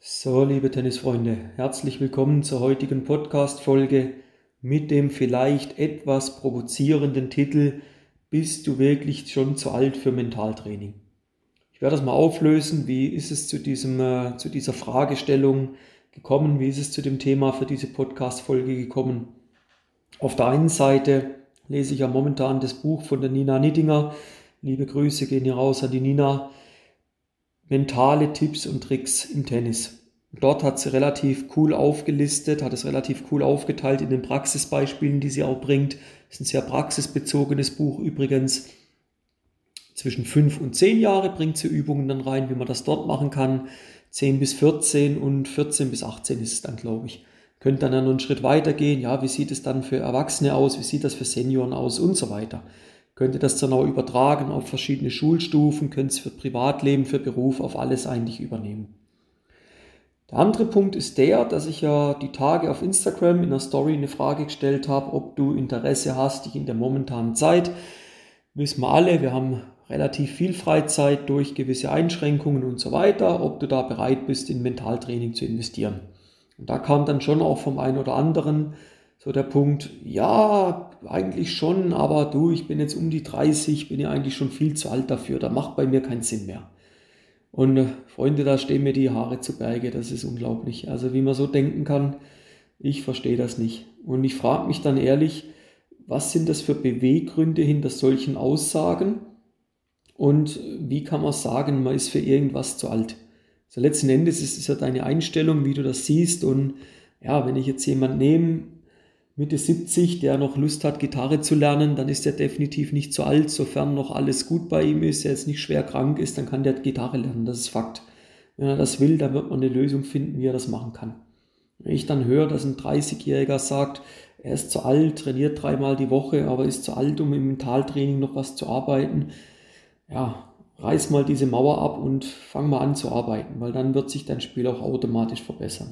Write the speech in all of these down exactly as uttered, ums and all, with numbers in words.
So, liebe Tennisfreunde, herzlich willkommen zur heutigen Podcast-Folge mit dem vielleicht etwas provozierenden Titel „Bist du wirklich schon zu alt für Mentaltraining?" Ich werde das mal auflösen. Wie ist es zu diesem, äh, zu dieser Fragestellung gekommen? Wie ist es zu dem Thema für diese Podcast-Folge gekommen? Auf der einen Seite lese ich ja momentan das Buch von der Nina Niddinger. Liebe Grüße gehen hier raus an die Nina. Mentale Tipps und Tricks im Tennis. Dort hat sie relativ cool aufgelistet, hat es relativ cool aufgeteilt in den Praxisbeispielen, die sie auch bringt. Das ist ein sehr praxisbezogenes Buch übrigens. Zwischen fünf und zehn Jahre bringt sie Übungen dann rein, wie man das dort machen kann. zehn bis vierzehn und vierzehn bis achtzehn ist es dann, glaube ich. Könnt dann noch einen Schritt weiter gehen. Ja, wie sieht es dann für Erwachsene aus? Wie sieht das für Senioren aus? Und so weiter. Könnt ihr das dann auch übertragen auf verschiedene Schulstufen, könnt es für Privatleben, für Beruf, auf alles eigentlich übernehmen. Der andere Punkt ist der, dass ich ja die Tage auf Instagram in der Story eine Frage gestellt habe, ob du Interesse hast, dich in der momentanen Zeit, wissen wir alle, wir haben relativ viel Freizeit durch gewisse Einschränkungen und so weiter, ob du da bereit bist, in Mentaltraining zu investieren. Und da kam dann schon auch vom einen oder anderen so der Punkt, ja, eigentlich schon, aber du, ich bin jetzt um die dreißig, bin ja eigentlich schon viel zu alt dafür, da macht bei mir keinen Sinn mehr. Und äh, Freunde, da stehen mir die Haare zu Berge, das ist unglaublich. Also wie man so denken kann, ich verstehe das nicht. Und ich frage mich dann ehrlich, was sind das für Beweggründe hinter solchen Aussagen und wie kann man sagen, man ist für irgendwas zu alt? So letzten Endes ist es ja deine Einstellung, wie du das siehst. Und ja, wenn ich jetzt jemanden nehme, Mitte siebzig, der noch Lust hat, Gitarre zu lernen, dann ist er definitiv nicht zu alt, sofern noch alles gut bei ihm ist, er jetzt nicht schwer krank ist, dann kann der Gitarre lernen, das ist Fakt. Wenn er das will, dann wird man eine Lösung finden, wie er das machen kann. Wenn ich dann höre, dass ein dreißigjähriger sagt, er ist zu alt, trainiert dreimal die Woche, aber ist zu alt, um im Mentaltraining noch was zu arbeiten, ja, reiß mal diese Mauer ab und fang mal an zu arbeiten, weil dann wird sich dein Spiel auch automatisch verbessern.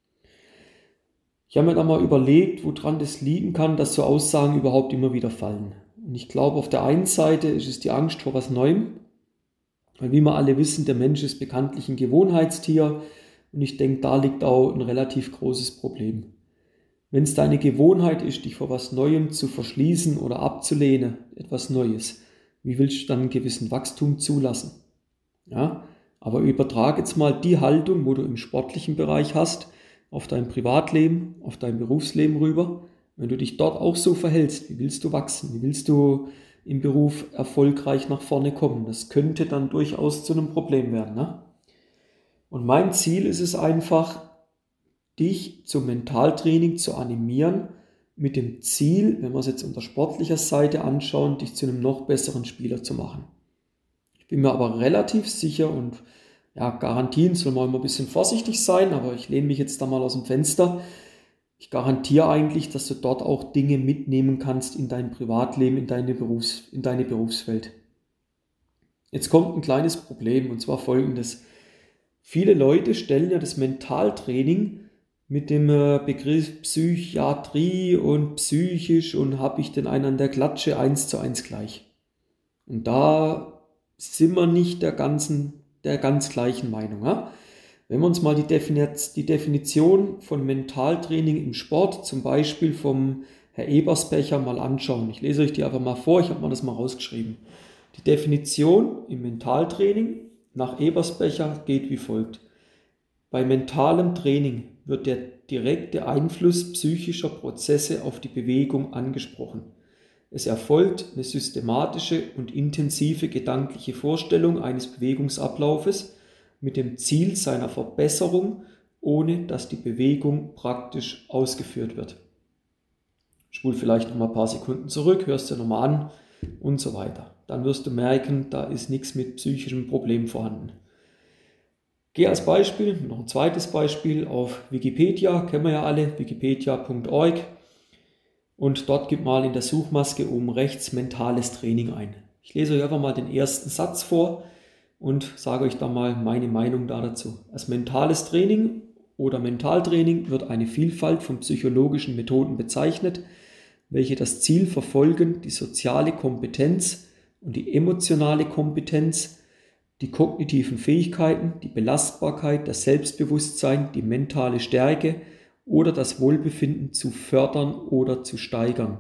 Ich habe mir da mal überlegt, woran das liegen kann, dass so Aussagen überhaupt immer wieder fallen. Und ich glaube, auf der einen Seite ist es die Angst vor was Neuem, weil wie wir alle wissen, der Mensch ist bekanntlich ein Gewohnheitstier und ich denke, da liegt auch ein relativ großes Problem. Wenn es deine Gewohnheit ist, dich vor was Neuem zu verschließen oder abzulehnen, etwas Neues, wie willst du dann einen gewissen Wachstum zulassen? Ja, aber übertrage jetzt mal die Haltung, wo du im sportlichen Bereich hast, auf dein Privatleben, auf dein Berufsleben rüber. Wenn du dich dort auch so verhältst, wie willst du wachsen? Wie willst du im Beruf erfolgreich nach vorne kommen? Das könnte dann durchaus zu einem Problem werden. Ne? Und mein Ziel ist es einfach, dich zum Mentaltraining zu animieren, mit dem Ziel, wenn wir es jetzt unter sportlicher Seite anschauen, dich zu einem noch besseren Spieler zu machen. Ich bin mir aber relativ sicher und ja, Garantien soll man immer ein bisschen vorsichtig sein, aber ich lehne mich jetzt da mal aus dem Fenster. Ich garantiere eigentlich, dass du dort auch Dinge mitnehmen kannst in dein Privatleben, in deine, Berufs-, in deine Berufswelt. Jetzt kommt ein kleines Problem und zwar folgendes. Viele Leute stellen ja das Mentaltraining mit dem Begriff Psychiatrie und psychisch und habe ich den einen an der Klatsche eins zu eins gleich. Und da sind wir nicht der ganzen der ganz gleichen Meinung. Ja? Wenn wir uns mal die Definition von Mentaltraining im Sport, zum Beispiel vom Herr Eberspecher, mal anschauen. Ich lese euch die einfach mal vor, ich habe mal das mal rausgeschrieben. Die Definition im Mentaltraining nach Eberspecher geht wie folgt. Bei mentalem Training wird der direkte Einfluss psychischer Prozesse auf die Bewegung angesprochen. Es erfolgt eine systematische und intensive gedankliche Vorstellung eines Bewegungsablaufes mit dem Ziel seiner Verbesserung, ohne dass die Bewegung praktisch ausgeführt wird. Spul vielleicht noch mal ein paar Sekunden zurück, hörst dir nochmal an und so weiter. Dann wirst du merken, da ist nichts mit psychischem Problem vorhanden. Geh als Beispiel, noch ein zweites Beispiel, auf Wikipedia, kennen wir ja alle, wikipedia punkt org. Und dort gib mal in der Suchmaske oben rechts mentales Training ein. Ich lese euch einfach mal den ersten Satz vor und sage euch da mal meine Meinung da dazu. Als mentales Training oder Mentaltraining wird eine Vielfalt von psychologischen Methoden bezeichnet, welche das Ziel verfolgen, die soziale Kompetenz und die emotionale Kompetenz die kognitiven Fähigkeiten, die Belastbarkeit, das Selbstbewusstsein, die mentale Stärke oder das Wohlbefinden zu fördern oder zu steigern.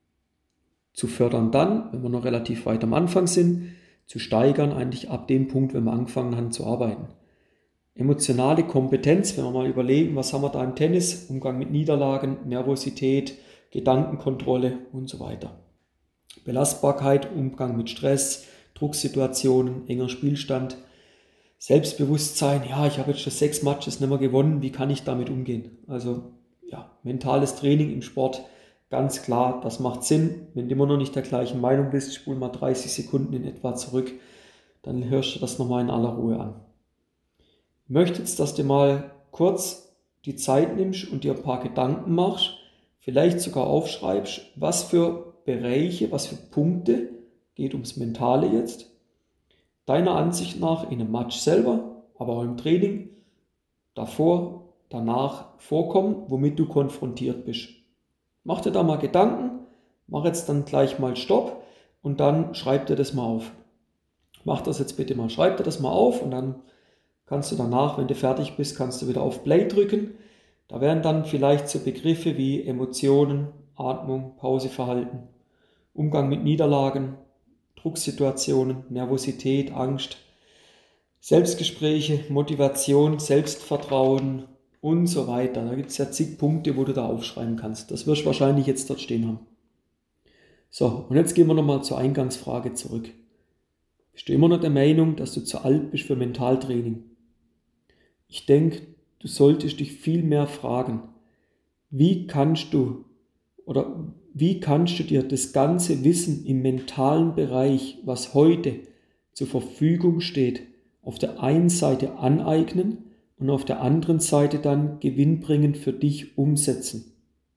Zu fördern dann, wenn wir noch relativ weit am Anfang sind, zu steigern eigentlich ab dem Punkt, wenn wir angefangen haben zu arbeiten. Emotionale Kompetenz, wenn wir mal überlegen, was haben wir da im Tennis, Umgang mit Niederlagen, Nervosität, Gedankenkontrolle und so weiter. Belastbarkeit, Umgang mit Stress, Drucksituationen, enger Spielstand, Selbstbewusstsein, ja, ich habe jetzt schon sechs Matches nicht mehr gewonnen, wie kann ich damit umgehen? Also ja, mentales Training im Sport, ganz klar, das macht Sinn. Wenn du immer noch nicht der gleichen Meinung bist, spul mal dreißig Sekunden in etwa zurück, dann hörst du das nochmal in aller Ruhe an. Ich möchte jetzt, dass du mal kurz die Zeit nimmst und dir ein paar Gedanken machst, vielleicht sogar aufschreibst, was für Bereiche, was für Punkte, geht ums Mentale jetzt, deiner Ansicht nach in einem Match selber, aber auch im Training, davor, danach vorkommen, womit du konfrontiert bist. Mach dir da mal Gedanken, mach jetzt dann gleich mal Stopp und dann schreib dir das mal auf. Mach das jetzt bitte mal, schreib dir das mal auf und dann kannst du danach, wenn du fertig bist, kannst du wieder auf Play drücken. Da werden dann vielleicht so Begriffe wie Emotionen, Atmung, Pauseverhalten, Umgang mit Niederlagen, Drucksituationen, Nervosität, Angst, Selbstgespräche, Motivation, Selbstvertrauen und so weiter. Da gibt es ja zig Punkte, wo du da aufschreiben kannst. Das wirst du wahrscheinlich jetzt dort stehen haben. So, und jetzt gehen wir nochmal zur Eingangsfrage zurück. Bist du immer noch der Meinung, dass du zu alt bist für Mentaltraining? Ich denke, du solltest dich viel mehr fragen, wie kannst du oder wie kannst du dir das ganze Wissen im mentalen Bereich, was heute zur Verfügung steht, auf der einen Seite aneignen und auf der anderen Seite dann gewinnbringend für dich umsetzen?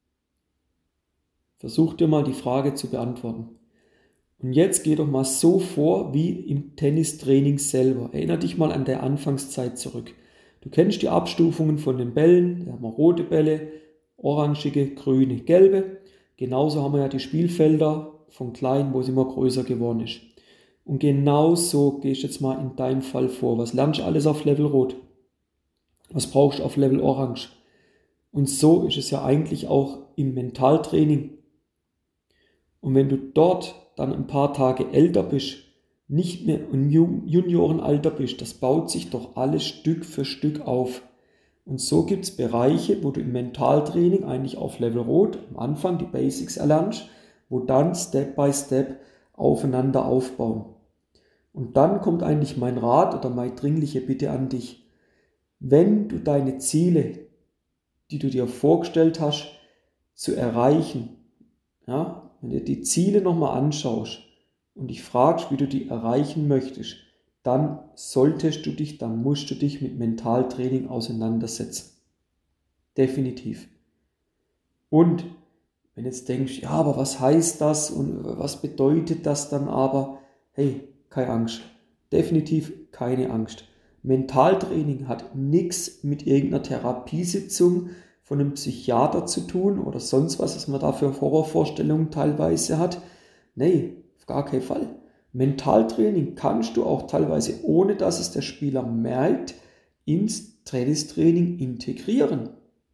Versuch dir mal die Frage zu beantworten. Und jetzt geh doch mal so vor wie im Tennistraining selber. Erinner dich mal an der Anfangszeit zurück. Du kennst die Abstufungen von den Bällen, da haben wir rote Bälle, orangige, grüne, gelbe. Genauso haben wir ja die Spielfelder von klein, wo es immer größer geworden ist. Und genau so gehst du jetzt mal in deinem Fall vor. Was lernst du alles auf Level Rot? Was brauchst du auf Level Orange? Und so ist es ja eigentlich auch im Mentaltraining. Und wenn du dort dann ein paar Tage älter bist, nicht mehr im Juniorenalter bist, das baut sich doch alles Stück für Stück auf. Und so gibt es Bereiche, wo du im Mentaltraining eigentlich auf Level Rot am Anfang die Basics erlernst, wo dann Step by Step aufeinander aufbauen. Und dann kommt eigentlich mein Rat oder meine dringliche Bitte an dich. Wenn du deine Ziele, die du dir vorgestellt hast, zu erreichen, ja, wenn du die Ziele nochmal anschaust und dich fragst, wie du die erreichen möchtest, dann solltest du dich, dann musst du dich mit Mentaltraining auseinandersetzen. Definitiv. Und wenn du jetzt denkst, ja, aber was heißt das und was bedeutet das dann aber? Hey, keine Angst. Definitiv keine Angst. Mentaltraining hat nichts mit irgendeiner Therapiesitzung von einem Psychiater zu tun oder sonst was, was man da für Horrorvorstellungen teilweise hat. Nee, auf gar keinen Fall. Mentaltraining kannst du auch teilweise, ohne dass es der Spieler merkt, ins Tennistraining integrieren.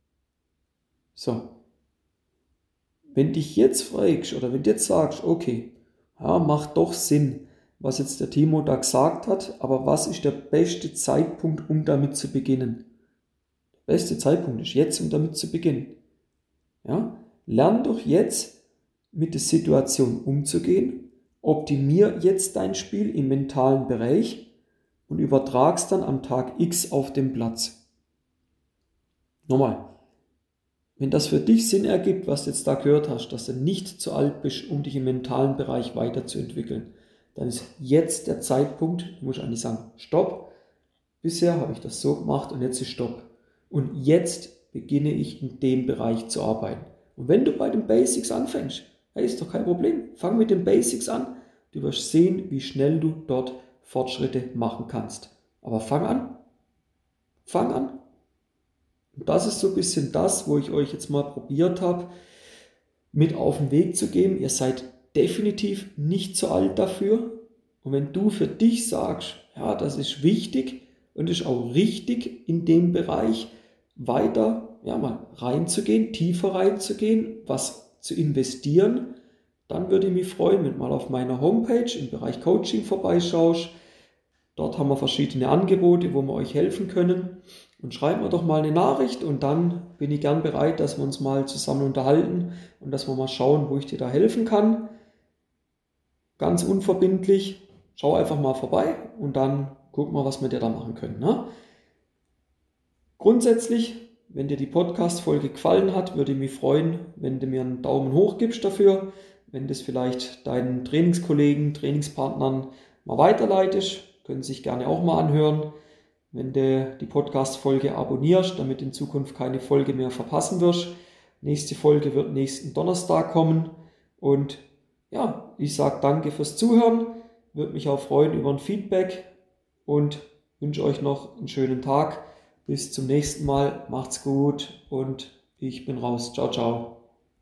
So. Wenn dich jetzt fragst oder wenn du jetzt sagst, okay, ja, macht doch Sinn, was jetzt der Timo da gesagt hat, aber was ist der beste Zeitpunkt, um damit zu beginnen? Der beste Zeitpunkt ist jetzt, um damit zu beginnen. Ja? Lern doch jetzt mit der Situation umzugehen, optimier jetzt dein Spiel im mentalen Bereich und übertrag's dann am Tag X auf den Platz. Nochmal, wenn das für dich Sinn ergibt, was du jetzt da gehört hast, dass du nicht zu alt bist, um dich im mentalen Bereich weiterzuentwickeln, dann ist jetzt der Zeitpunkt, du musst eigentlich sagen, Stopp, bisher habe ich das so gemacht und jetzt ist Stopp. Und jetzt beginne ich in dem Bereich zu arbeiten. Und wenn du bei den Basics anfängst, hey, ist doch kein Problem, fang mit den Basics an, du wirst sehen, wie schnell du dort Fortschritte machen kannst. Aber fang an, fang an. Und das ist so ein bisschen das, wo ich euch jetzt mal probiert habe, mit auf den Weg zu geben. Ihr seid definitiv nicht zu alt dafür. Und wenn du für dich sagst, Ja, das ist wichtig und ist auch richtig in dem Bereich weiter, ja, mal reinzugehen, tiefer reinzugehen, was zu investieren. Dann würde ich mich freuen, wenn du mal auf meiner Homepage im Bereich Coaching vorbeischaust. Dort haben wir verschiedene Angebote, wo wir euch helfen können. Und schreibt mir doch mal eine Nachricht und dann bin ich gern bereit, dass wir uns mal zusammen unterhalten und dass wir mal schauen, wo ich dir da helfen kann. Ganz unverbindlich. Schau einfach mal vorbei und dann guck mal, was wir dir da machen können. Ne? Grundsätzlich, wenn dir die Podcast-Folge gefallen hat, würde ich mich freuen, wenn du mir einen Daumen hoch gibst dafür, wenn das vielleicht deinen Trainingskollegen, Trainingspartnern mal weiterleitest, können sie sich gerne auch mal anhören. Wenn du die Podcast-Folge abonnierst, damit in Zukunft keine Folge mehr verpassen wirst. Nächste Folge wird nächsten Donnerstag kommen und ja, ich sage danke fürs Zuhören, würde mich auch freuen über ein Feedback und wünsche euch noch einen schönen Tag. Bis zum nächsten Mal, macht's gut und ich bin raus. Ciao, ciao.